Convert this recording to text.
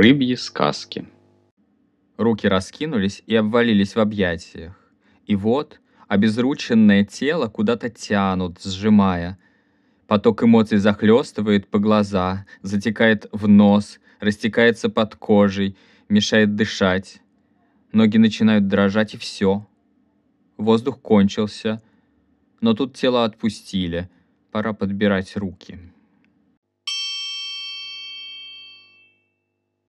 Рыбьи сказки. Руки раскинулись и обвалились в объятиях. И вот обезрученное тело куда-то тянут, сжимая. Поток эмоций захлестывает по глаза, затекает в нос, растекается под кожей, мешает дышать. Ноги начинают дрожать, и все. Воздух кончился, но тут тело отпустили. Пора подбирать руки.